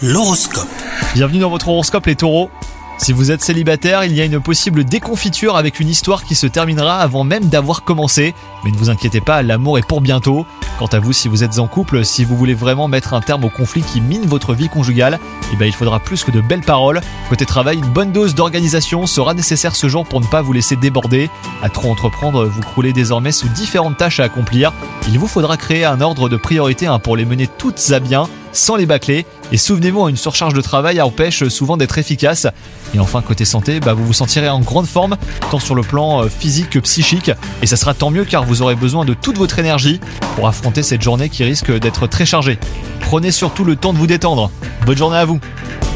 L'horoscope. Bienvenue dans votre horoscope les taureaux. Si vous êtes célibataire, il y a une possible déconfiture avec une histoire qui se terminera avant même d'avoir commencé. Mais ne vous inquiétez pas, l'amour est pour bientôt. Quant à vous, si vous êtes en couple, si vous voulez vraiment mettre un terme au conflit qui mine votre vie conjugale, il faudra plus que de belles paroles. Côté travail, une bonne dose d'organisation sera nécessaire ce jour pour ne pas vous laisser déborder. À trop entreprendre, vous croulez désormais sous différentes tâches à accomplir. Il vous faudra créer un ordre de priorité pour les mener toutes à bien, sans les bâcler. Et souvenez-vous, une surcharge de travail empêche souvent d'être efficace. Et enfin, côté santé, vous vous sentirez en grande forme, tant sur le plan physique que psychique. Et ça sera tant mieux car vous aurez besoin de toute votre énergie pour affronter cette journée qui risque d'être très chargée. Prenez surtout le temps de vous détendre. Bonne journée à vous.